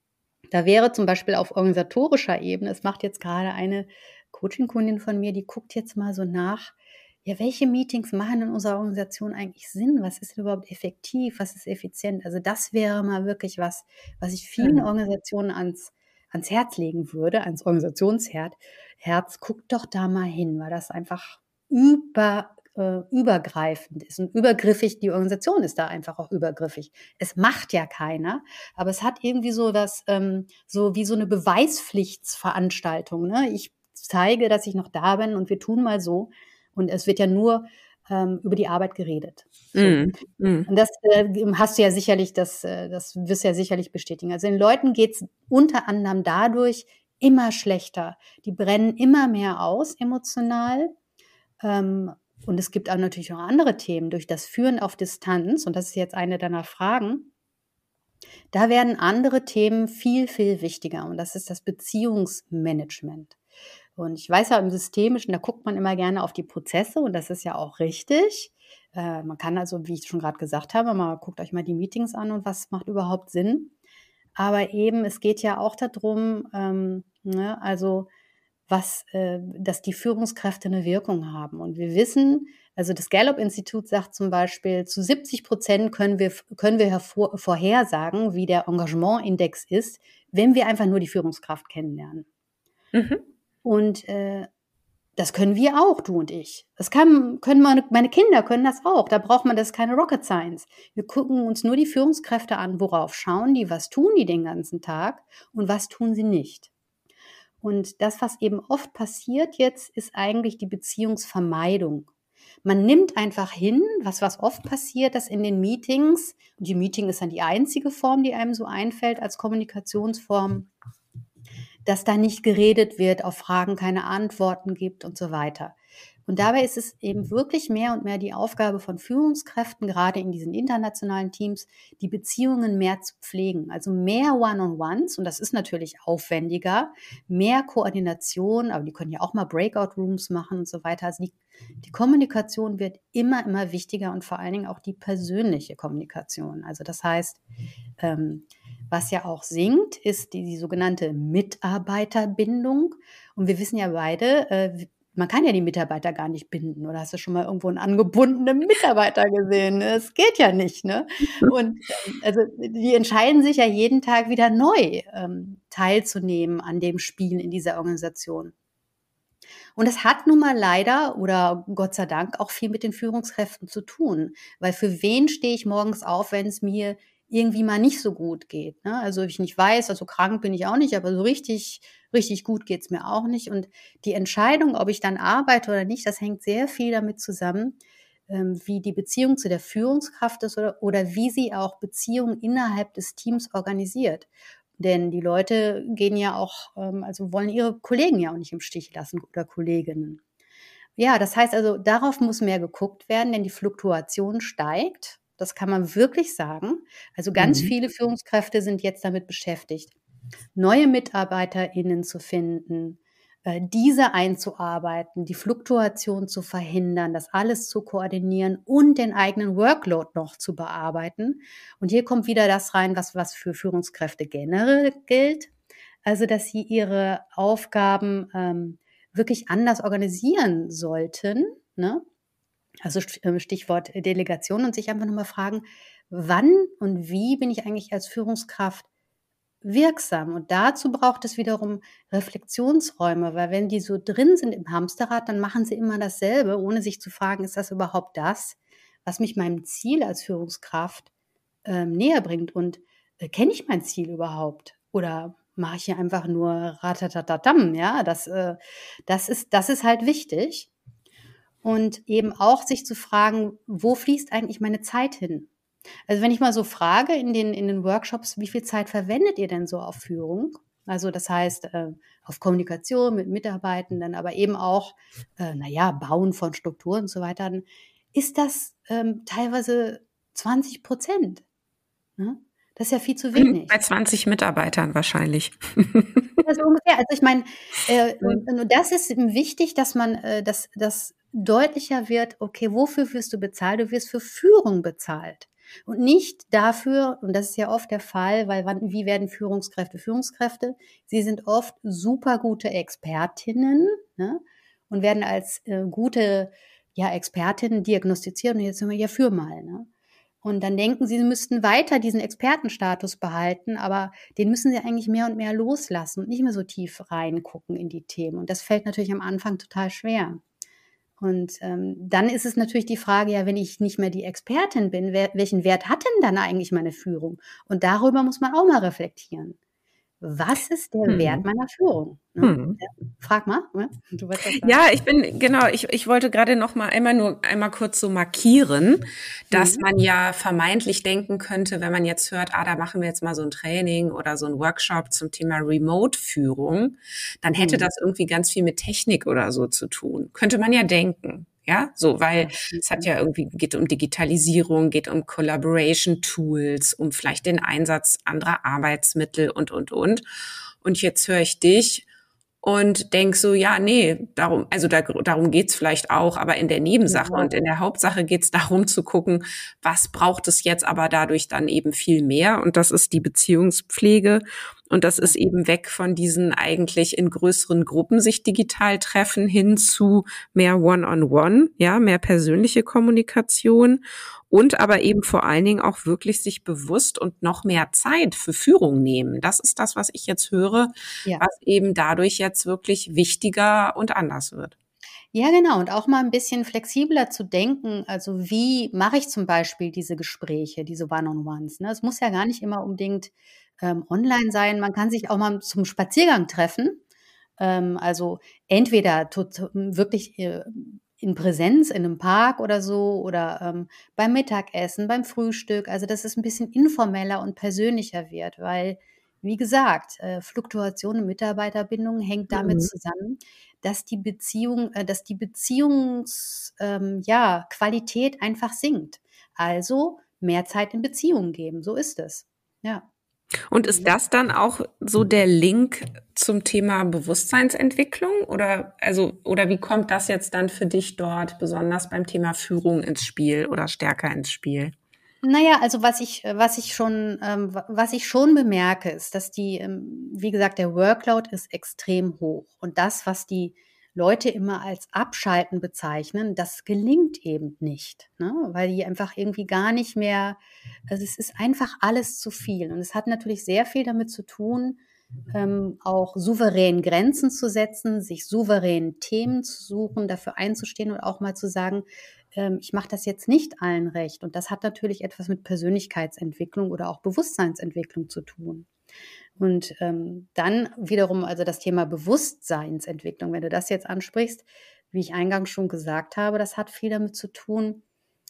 Da wäre zum Beispiel auf organisatorischer Ebene, es macht jetzt gerade eine Coaching-Kundin von mir, die guckt jetzt mal so nach, ja, welche Meetings machen in unserer Organisation eigentlich Sinn? Was ist denn überhaupt effektiv? Was ist effizient? Also das wäre mal wirklich was, was ich vielen Mhm. Organisationen ans, ans Herz legen würde, ans Organisationsherz. Herz, guckt doch da mal hin, weil das einfach über, äh, übergreifend ist und übergriffig. Die Organisation ist da einfach auch übergriffig. Es macht ja keiner, aber es hat irgendwie so das, ähm, so wie so eine Beweispflichtsveranstaltung. Ne? Ich zeige, dass ich noch da bin und wir tun mal so. Und es wird ja nur ähm, über die Arbeit geredet. So. Mhm. Mhm. Und das äh, hast du ja sicherlich, das, äh, das wirst du ja sicherlich bestätigen. Also den Leuten geht's unter anderem dadurch immer schlechter. Die brennen immer mehr aus emotional. Ähm, und es gibt auch natürlich noch andere Themen durch das Führen auf Distanz. Und das ist jetzt eine deiner Fragen. Da werden andere Themen viel, viel wichtiger. Und das ist das Beziehungsmanagement. Und ich weiß ja, im Systemischen, da guckt man immer gerne auf die Prozesse und das ist ja auch richtig. Äh, man kann also, wie ich schon gerade gesagt habe, mal guckt euch mal die Meetings an und was macht überhaupt Sinn. Aber eben, es geht ja auch darum, ähm, ne, also was, äh, dass die Führungskräfte eine Wirkung haben. Und wir wissen, also das Gallup-Institut sagt zum Beispiel, zu siebzig Prozent können wir, können wir hervor, vorhersagen, wie der Engagement-Index ist, wenn wir einfach nur die Führungskraft kennenlernen. Mhm. Und äh, das können wir auch, du und ich. Das kann, können meine, meine Kinder können das auch. Da braucht man das keine Rocket Science. Wir gucken uns nur die Führungskräfte an, worauf schauen die, was tun die den ganzen Tag und was tun sie nicht. Und das, was eben oft passiert jetzt, ist eigentlich die Beziehungsvermeidung. Man nimmt einfach hin, was, was oft passiert, dass in den Meetings, und die Meeting ist dann die einzige Form, die einem so einfällt als Kommunikationsform, dass da nicht geredet wird, auf Fragen keine Antworten gibt und so weiter. Und dabei ist es eben wirklich mehr und mehr die Aufgabe von Führungskräften, gerade in diesen internationalen Teams, die Beziehungen mehr zu pflegen. Also mehr One-on-Ones, und das ist natürlich aufwendiger, mehr Koordination, aber die können ja auch mal Breakout-Rooms machen und so weiter. Also die, die Kommunikation wird immer, immer wichtiger und vor allen Dingen auch die persönliche Kommunikation. Also das heißt, ähm, was ja auch sinkt, ist die, die sogenannte Mitarbeiterbindung. Und wir wissen ja beide, äh, man kann ja die Mitarbeiter gar nicht binden. Oder hast du schon mal irgendwo einen angebundenen Mitarbeiter gesehen? Das geht ja nicht, ne? Und ähm, also die entscheiden sich ja jeden Tag wieder neu, ähm, teilzunehmen an dem Spiel in dieser Organisation. Und es hat nun mal leider oder Gott sei Dank auch viel mit den Führungskräften zu tun. Weil für wen stehe ich morgens auf, wenn es mir irgendwie mal nicht so gut geht? Ne? Also ich nicht weiß, also krank bin ich auch nicht, aber so richtig, richtig gut geht's mir auch nicht. Und die Entscheidung, ob ich dann arbeite oder nicht, das hängt sehr viel damit zusammen, ähm, wie die Beziehung zu der Führungskraft ist oder, oder wie sie auch Beziehungen innerhalb des Teams organisiert. Denn die Leute gehen ja auch, ähm, also wollen ihre Kollegen ja auch nicht im Stich lassen oder Kolleginnen. Ja, das heißt also, darauf muss mehr geguckt werden, denn die Fluktuation steigt. Das kann man wirklich sagen. Also ganz Mhm. viele Führungskräfte sind jetzt damit beschäftigt, neue MitarbeiterInnen zu finden, äh, diese einzuarbeiten, die Fluktuation zu verhindern, das alles zu koordinieren und den eigenen Workload noch zu bearbeiten. Und hier kommt wieder das rein, was, was für Führungskräfte generell gilt. Also, dass sie ihre Aufgaben ähm, wirklich anders organisieren sollten, ne? Also St- äh, Stichwort Delegation und sich einfach nochmal fragen, wann und wie bin ich eigentlich als Führungskraft wirksam? Und dazu braucht es wiederum Reflexionsräume, weil wenn die so drin sind im Hamsterrad, dann machen sie immer dasselbe, ohne sich zu fragen, ist das überhaupt das, was mich meinem Ziel als Führungskraft ähm, näher bringt? Und äh, kenne ich mein Ziel überhaupt? Oder mache ich hier einfach nur Ratatatatam? Ja, das, äh, das ist, das ist halt wichtig. Und eben auch sich zu fragen, wo fließt eigentlich meine Zeit hin? Also wenn ich mal so frage in den, in den Workshops, wie viel Zeit verwendet ihr denn so auf Führung? Also das heißt, äh, auf Kommunikation mit Mitarbeitenden, aber eben auch, äh, naja, Bauen von Strukturen und so weiter, dann ist das ähm, teilweise zwanzig Prozent. Ne? Das ist ja viel zu Mhm, wenig. bei zwanzig Mitarbeitern wahrscheinlich. Ja, so ungefähr. Also ich meine, äh, und, Mhm. und das ist eben wichtig, dass man, äh, dass das deutlicher wird, okay, wofür wirst du bezahlt? Du wirst für Führung bezahlt. Und nicht dafür, und das ist ja oft der Fall, weil wann, wie werden Führungskräfte Führungskräfte? Sie sind oft super gute Expertinnen, ne? Und werden als äh, gute ja, Expertinnen diagnostiziert und jetzt sind wir ja für mal. Ne? Und dann denken sie, sie müssten weiter diesen Expertenstatus behalten, aber den müssen sie eigentlich mehr und mehr loslassen und nicht mehr so tief reingucken in die Themen. Und das fällt natürlich am Anfang total schwer. Und ähm, dann ist es natürlich die Frage, ja, wenn ich nicht mehr die Expertin bin, wer, welchen Wert hat denn dann eigentlich meine Führung? Und darüber muss man auch mal reflektieren. Was ist der Wert Mhm. meiner Führung? Ne? Mhm. Ja, frag mal, ne? Du wolltest was sagen. Ja, ich bin, genau, ich, ich wollte gerade noch mal einmal nur einmal kurz so markieren, dass Mhm. man ja vermeintlich denken könnte, wenn man jetzt hört, ah, da machen wir jetzt mal so ein Training oder so ein Workshop zum Thema Remote-Führung, dann hätte Mhm. das irgendwie ganz viel mit Technik oder so zu tun. Könnte man ja denken. Ja, so, weil es hat Mhm. ja irgendwie, geht um Digitalisierung, geht um Collaboration Tools, um vielleicht den Einsatz anderer Arbeitsmittel und, und, und. Und jetzt höre ich dich und denk so, ja, nee, darum, also da, darum geht's vielleicht auch, aber in der Nebensache Genau. und in der Hauptsache geht's darum zu gucken, was braucht es jetzt aber dadurch dann eben viel mehr, und das ist die Beziehungspflege, und das Ja. ist eben weg von diesen eigentlich in größeren Gruppen sich digital treffen hin zu mehr One-on-One, ja, mehr persönliche Kommunikation und aber eben vor allen Dingen auch wirklich sich bewusst und noch mehr Zeit für Führung nehmen. Das ist das, was ich jetzt höre, Ja. was eben dadurch jetzt wirklich wichtiger und anders wird. Ja, genau. Und auch mal ein bisschen flexibler zu denken. Also, wie mache ich zum Beispiel diese Gespräche, diese One-on-Ones, ne? Es muss ja gar nicht immer unbedingt, ähm, online sein. Man kann sich auch mal zum Spaziergang treffen. Ähm, also, entweder tot wirklich, äh, in Präsenz in einem Park oder so oder, ähm, beim Mittagessen, beim Frühstück. Also, dass es ein bisschen informeller und persönlicher wird, weil, wie gesagt, äh, Fluktuation in Mitarbeiterbindung hängt damit Mhm. zusammen, dass die Beziehung äh, dass die Beziehungs ähm, ja, Qualität einfach sinkt. Also, mehr Zeit in Beziehungen geben, so ist es. Ja. Und ist Mhm. das dann auch so der Link zum Thema Bewusstseinsentwicklung, oder also oder wie kommt das jetzt dann für dich dort besonders beim Thema Führung ins Spiel oder stärker ins Spiel? Na ja, also was ich äh, was ich schon ähm, wa was ich schon bemerke, ist, dass die ähm, wie gesagt, der Workload ist extrem hoch. Und das, was die Leute immer als Abschalten bezeichnen, das gelingt eben nicht, ne? Weil die einfach irgendwie gar nicht mehr, also, es ist einfach alles zu viel. Und es hat natürlich sehr viel damit zu tun, ähm, auch souverän Grenzen zu setzen, sich souverän Themen zu suchen, dafür einzustehen und auch mal zu sagen, ähm, ich mache das jetzt nicht allen recht. Und das hat natürlich etwas mit Persönlichkeitsentwicklung oder auch Bewusstseinsentwicklung zu tun. Und ähm, dann wiederum, also das Thema Bewusstseinsentwicklung, wenn du das jetzt ansprichst, wie ich eingangs schon gesagt habe, das hat viel damit zu tun,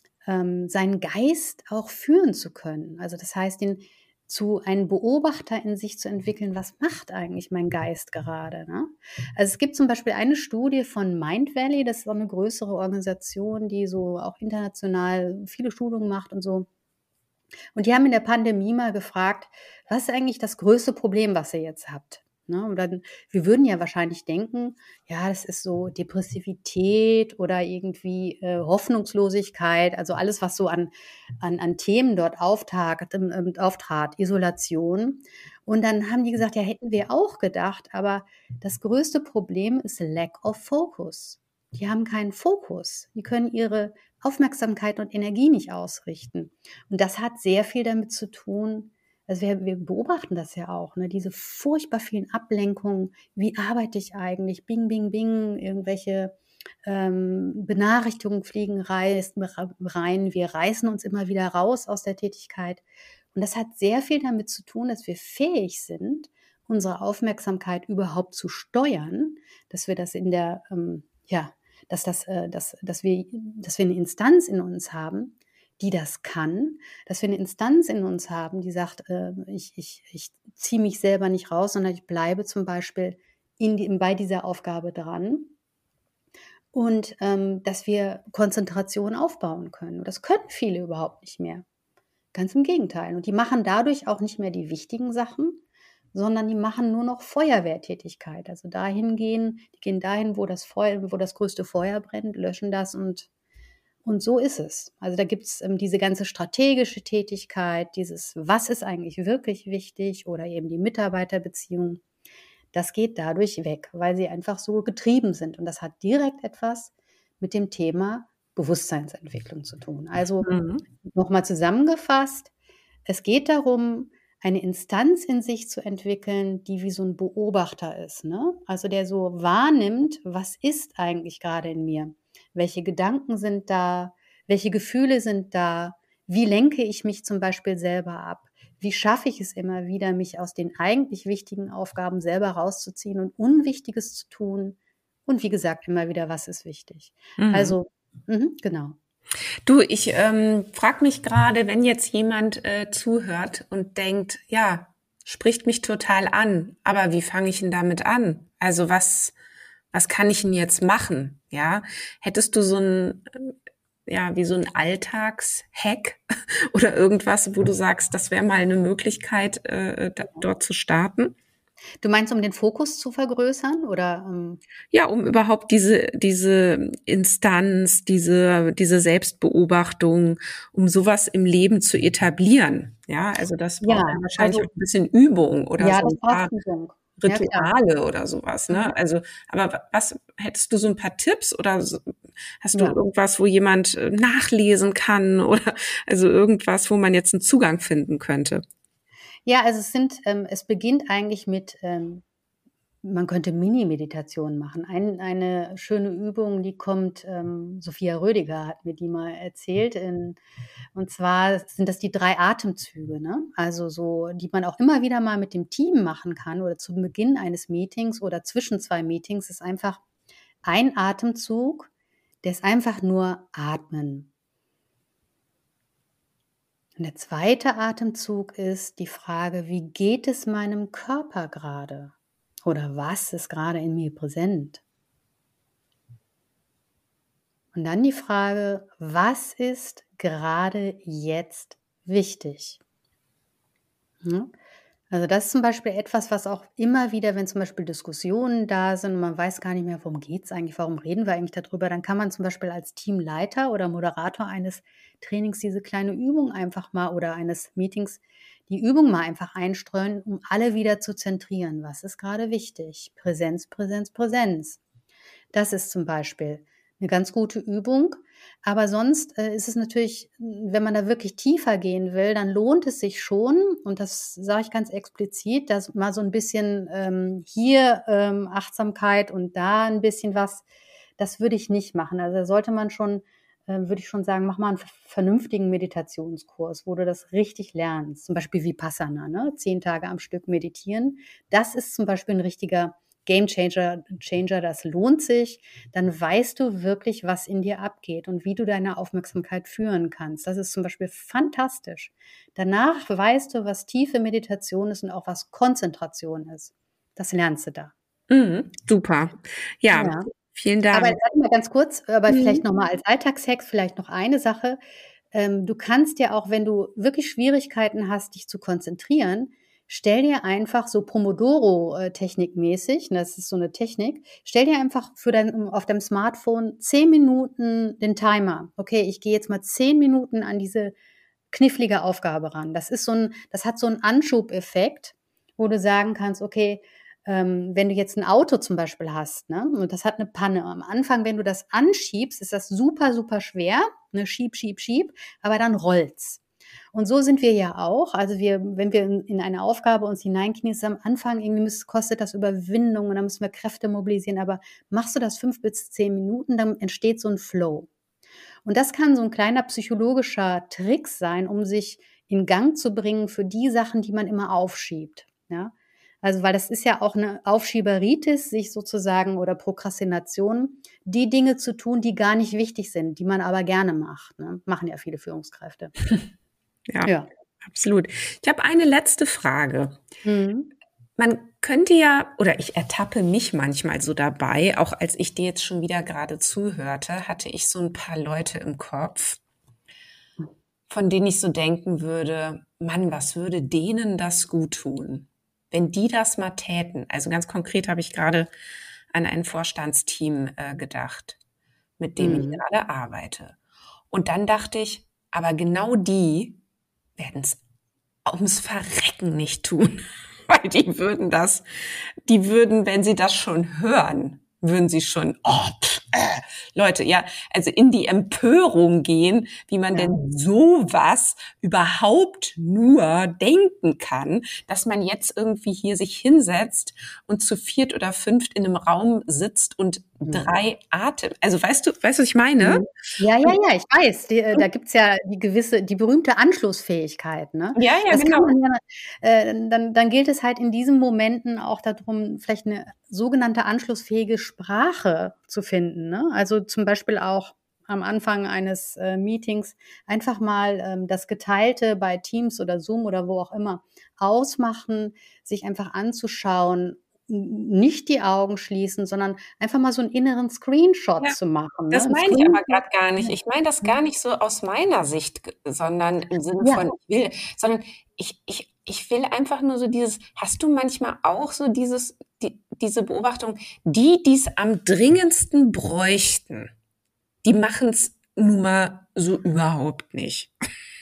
ähm, seinen Geist auch führen zu können. Also das heißt, ihn zu einem Beobachter in sich zu entwickeln, was macht eigentlich mein Geist gerade? Ne? Also es gibt zum Beispiel eine Studie von Mind Valley, das ist auch eine größere Organisation, die so auch international viele Schulungen macht und so. Und die haben in der Pandemie mal gefragt, was ist eigentlich das größte Problem, was ihr jetzt habt? Ne? Und dann, wir würden ja wahrscheinlich denken, ja, das ist so Depressivität oder irgendwie äh, Hoffnungslosigkeit, also alles, was so an, an, an Themen dort auftrat, ähm, auftrat, Isolation. Und dann haben die gesagt, ja, hätten wir auch gedacht, aber das größte Problem ist Lack of Focus. Die haben keinen Fokus. Die können ihre Aufmerksamkeit und Energie nicht ausrichten. Und das hat sehr viel damit zu tun, also wir, wir beobachten das ja auch, ne? Diese furchtbar vielen Ablenkungen. Wie arbeite ich eigentlich? Bing, bing, bing, irgendwelche ähm, Benachrichtigungen fliegen reißen, rein. Wir reißen uns immer wieder raus aus der Tätigkeit. Und das hat sehr viel damit zu tun, dass wir fähig sind, unsere Aufmerksamkeit überhaupt zu steuern, dass wir das in der, ähm, ja, dass das, äh, dass, dass wir, dass wir eine Instanz in uns haben, die das kann, dass wir eine Instanz in uns haben, die sagt, äh, ich, ich, ich ziehe mich selber nicht raus, sondern ich bleibe zum Beispiel in die, bei dieser Aufgabe dran und ähm, dass wir Konzentration aufbauen können. Und das können viele überhaupt nicht mehr. Ganz im Gegenteil. Und die machen dadurch auch nicht mehr die wichtigen Sachen, sondern die machen nur noch Feuerwehrtätigkeit. Also dahin gehen, die gehen dahin, wo das Feuer, wo das größte Feuer brennt, löschen das und Und so ist es. Also da gibt es ähm, diese ganze strategische Tätigkeit, dieses, was ist eigentlich wirklich wichtig oder eben die Mitarbeiterbeziehung, das geht dadurch weg, weil sie einfach so getrieben sind. Und das hat direkt etwas mit dem Thema Bewusstseinsentwicklung zu tun. Also Mhm. nochmal zusammengefasst, es geht darum, eine Instanz in sich zu entwickeln, die wie so ein Beobachter ist, ne? Also der so wahrnimmt, was ist eigentlich gerade in mir? Welche Gedanken sind da? Welche Gefühle sind da? Wie lenke ich mich zum Beispiel selber ab? Wie schaffe ich es immer wieder, mich aus den eigentlich wichtigen Aufgaben selber rauszuziehen und Unwichtiges zu tun? Und wie gesagt, immer wieder, was ist wichtig? Mhm. Also, mhm, genau. Du, ich ähm, frage mich gerade, wenn jetzt jemand äh, zuhört und denkt, ja, spricht mich total an, aber wie fange ich denn damit an? Also was, was kann ich denn jetzt machen? Ja, hättest du so ein, ja, wie so ein Alltagshack oder irgendwas, wo du sagst, das wäre mal eine Möglichkeit, äh, da, dort zu starten? Du meinst, um den Fokus zu vergrößern oder? Ähm Ja, um überhaupt diese, diese Instanz, diese, diese Selbstbeobachtung, um sowas im Leben zu etablieren. Ja, also das braucht ja, ja wahrscheinlich also auch ein bisschen Übung oder ja, so das ein braucht paar Übung. Ja, klar. Rituale oder sowas, Mhm. ne? Also, aber was, hättest du so ein paar Tipps oder so, hast du Ja. irgendwas, wo jemand äh, nachlesen kann oder also irgendwas, wo man jetzt einen Zugang finden könnte? Ja, also es sind, ähm, es beginnt eigentlich mit, ähm, man könnte Mini-Meditationen machen. Ein, eine schöne Übung, die kommt, ähm, Sophia Rödiger hat mir die mal erzählt. In, und zwar sind das die drei Atemzüge, ne? Also so, die man auch immer wieder mal mit dem Team machen kann oder zu Beginn eines Meetings oder zwischen zwei Meetings ist einfach ein Atemzug, der ist einfach nur atmen. Und der zweite Atemzug ist die Frage, wie geht es meinem Körper gerade? Oder was ist gerade in mir präsent? Und dann die Frage, was ist gerade jetzt wichtig? Ja? Also das ist zum Beispiel etwas, was auch immer wieder, wenn zum Beispiel Diskussionen da sind und man weiß gar nicht mehr, worum geht es eigentlich, warum reden wir eigentlich darüber, dann kann man zum Beispiel als Teamleiter oder Moderator eines Trainings diese kleine Übung einfach mal oder eines Meetings die Übung mal einfach einstreuen, um alle wieder zu zentrieren. Was ist gerade wichtig? Präsenz, Präsenz, Präsenz. Das ist zum Beispiel eine ganz gute Übung. Aber sonst äh, ist es natürlich, wenn man da wirklich tiefer gehen will, dann lohnt es sich schon, und das sage ich ganz explizit, dass mal so ein bisschen ähm, hier ähm, Achtsamkeit und da ein bisschen was, das würde ich nicht machen. Also da sollte man schon, äh, würde ich schon sagen, mach mal einen vernünftigen Meditationskurs, wo du das richtig lernst. Zum Beispiel Vipassana, ne? Zehn Tage am Stück meditieren. Das ist zum Beispiel ein richtiger Game Changer, Changer, das lohnt sich, dann weißt du wirklich, was in dir abgeht und wie du deine Aufmerksamkeit führen kannst. Das ist zum Beispiel fantastisch. Danach weißt du, was tiefe Meditation ist und auch was Konzentration ist. Das lernst du da. Mhm, super. Ja, Ja. vielen Aber Dank. warte mal ganz kurz, aber vielleicht Mhm. nochmal als Alltagshack, vielleicht noch eine Sache. Ähm, du kannst ja auch, wenn du wirklich Schwierigkeiten hast, dich zu konzentrieren, stell dir einfach so Pomodoro-Technik-mäßig, das ist so eine Technik, stell dir einfach für dein, auf deinem Smartphone zehn Minuten den Timer. Okay, ich gehe jetzt mal zehn Minuten an diese knifflige Aufgabe ran. Das ist so ein, das hat so einen Anschubeffekt, wo du sagen kannst, okay, ähm, wenn du jetzt ein Auto zum Beispiel hast, ne, und das hat eine Panne. Am Anfang, wenn du das anschiebst, ist das super, super schwer, ne, schieb, schieb, schieb, aber dann rollt's. Und so sind wir ja auch. Also wir, wenn wir in, in eine Aufgabe uns hineinknien, ist am Anfang irgendwie müsst, kostet das Überwindung und dann müssen wir Kräfte mobilisieren. Aber machst du das fünf bis zehn Minuten, dann entsteht so ein Flow. Und das kann so ein kleiner psychologischer Trick sein, um sich in Gang zu bringen für die Sachen, die man immer aufschiebt. Ja? Also, weil das ist ja auch eine Aufschieberitis, sich sozusagen oder Prokrastination, die Dinge zu tun, die gar nicht wichtig sind, die man aber gerne macht. Ne? Machen ja viele Führungskräfte. Ja, Ja. absolut. Ich habe eine letzte Frage. Mhm. Man könnte ja, oder ich ertappe mich manchmal so dabei, auch als ich dir jetzt schon wieder gerade zuhörte, hatte ich so ein paar Leute im Kopf, von denen ich so denken würde, Mann, was würde denen das gut tun, wenn die das mal täten? Also ganz konkret habe ich gerade an ein Vorstandsteam äh, gedacht, mit dem Mhm. ich gerade arbeite. Und dann dachte ich, aber genau die werden es ums Verrecken nicht tun. Weil die würden das, die würden, wenn sie das schon hören, würden sie schon, oh, pff, äh, Leute, ja, also in die Empörung gehen, wie man Ja. denn sowas überhaupt nur denken kann, dass man jetzt irgendwie hier sich hinsetzt und zu viert oder fünft in einem Raum sitzt und Mhm. drei Atem, also weißt du, weißt du, was ich meine? Mhm. Ja, ja, ja, ich weiß. Die, äh, da gibt's ja die gewisse, die berühmte Anschlussfähigkeit, ne? Ja, ja, Das kann genau. man ja, äh, dann, dann gilt es halt in diesen Momenten auch darum, vielleicht eine sogenannte anschlussfähige Sprache zu finden, ne? Also zum Beispiel auch am Anfang eines äh, Meetings einfach mal ähm, das Geteilte bei Teams oder Zoom oder wo auch immer ausmachen, sich einfach anzuschauen, n- nicht die Augen schließen, sondern einfach mal so einen inneren Screenshot Ja. zu machen, ne? Das Ein meine ich aber Screenshot. gerade gar nicht. Ja. Ich meine das gar nicht so aus meiner Sicht, g- sondern im Sinne Ja. von ich will, sondern ich, ich, ich will einfach nur so dieses, hast du manchmal auch so dieses, die, diese Beobachtung, die, die es am dringendsten bräuchten, die machen es nun mal so überhaupt nicht.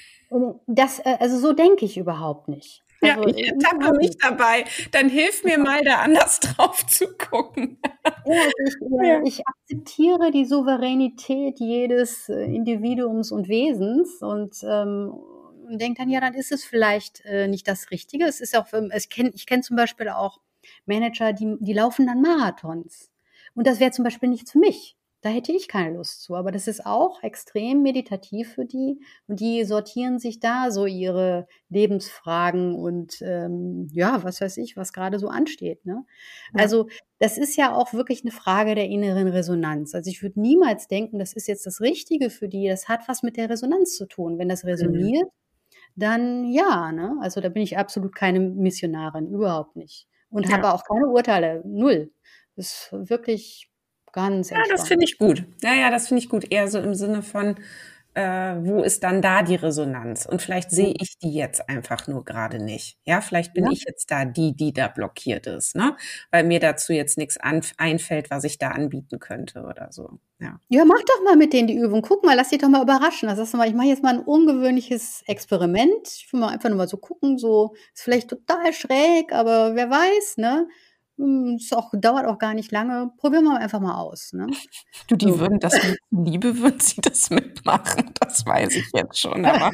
Das, äh, also so denke ich überhaupt nicht. Ja, Also, ich äh, ertappe überhaupt mich nicht. dabei. Dann hilf mir mal, da anders drauf zu gucken. Ja, also ich, Ja. äh, ich akzeptiere die Souveränität jedes äh, Individuums und Wesens und, ähm, und denke dann, ja, dann ist es vielleicht äh, nicht das Richtige. Es ist auch, für, ich kenne ich kenn zum Beispiel auch Manager, die, die laufen dann Marathons. Und das wäre zum Beispiel nichts für mich. Da hätte ich keine Lust zu. Aber das ist auch extrem meditativ für die. Und die sortieren sich da so ihre Lebensfragen und ähm, ja, was weiß ich, was gerade so ansteht. Ne? Ja. Also das ist ja auch wirklich eine Frage der inneren Resonanz. Also ich würde niemals denken, das ist jetzt das Richtige für die. Das hat was mit der Resonanz zu tun. Wenn das Mhm. resoniert, dann ja, ne? Also da bin ich absolut keine Missionarin, überhaupt nicht. Und Ja. habe auch keine Urteile, null. Ist wirklich ganz Ja, das entspannt. finde ich gut. Ja, ja, das finde ich gut. Eher so im Sinne von, äh, wo ist dann da die Resonanz? Und vielleicht sehe ich die jetzt einfach nur gerade nicht. Ja, vielleicht bin Ja. ich jetzt da die, die da blockiert ist, ne? Weil mir dazu jetzt nichts an, einfällt, was ich da anbieten könnte oder so. Ja. Ja, mach doch mal mit denen die Übung. Guck mal, lass dich doch mal überraschen. Das sagst du mal, ich mache jetzt mal ein ungewöhnliches Experiment. Ich will mal einfach nur mal so gucken, so ist vielleicht total schräg, aber wer weiß, ne? Hm, ist auch, dauert auch gar nicht lange. Probieren wir einfach mal aus, ne? Du, die So. würden das mit Liebe, würden sie das mitmachen. Das weiß ich jetzt schon, aber.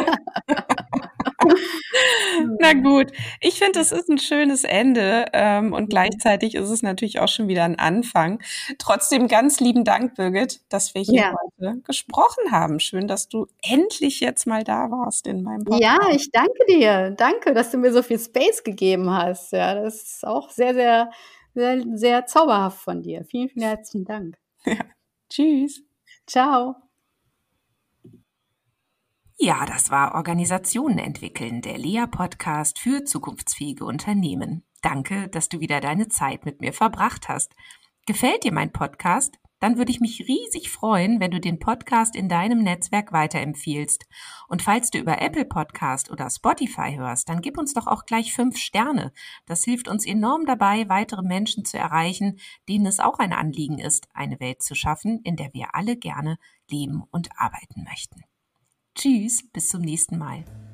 Na gut, ich finde, das ist ein schönes Ende ähm, und gleichzeitig ist es natürlich auch schon wieder ein Anfang. Trotzdem ganz lieben Dank, Birgit, dass wir hier Ja. heute gesprochen haben. Schön, dass du endlich jetzt mal da warst in meinem Podcast. Ja, ich danke dir. Danke, dass du mir so viel Space gegeben hast. Ja, das ist auch sehr, sehr, sehr, sehr zauberhaft von dir. Vielen, vielen herzlichen Dank. Ja. Tschüss. Ciao. Ja, das war Organisationen entwickeln, der Lea Podcast für zukunftsfähige Unternehmen. Danke, dass du wieder deine Zeit mit mir verbracht hast. Gefällt dir mein Podcast? dann würde ich mich riesig freuen, wenn du den Podcast in deinem Netzwerk weiterempfiehlst. Und falls du über Apple Podcast oder Spotify hörst, dann gib uns doch auch gleich fünf Sterne. Das hilft uns enorm dabei, weitere Menschen zu erreichen, denen es auch ein Anliegen ist, eine Welt zu schaffen, in der wir alle gerne leben und arbeiten möchten. Tschüss, bis zum nächsten Mal.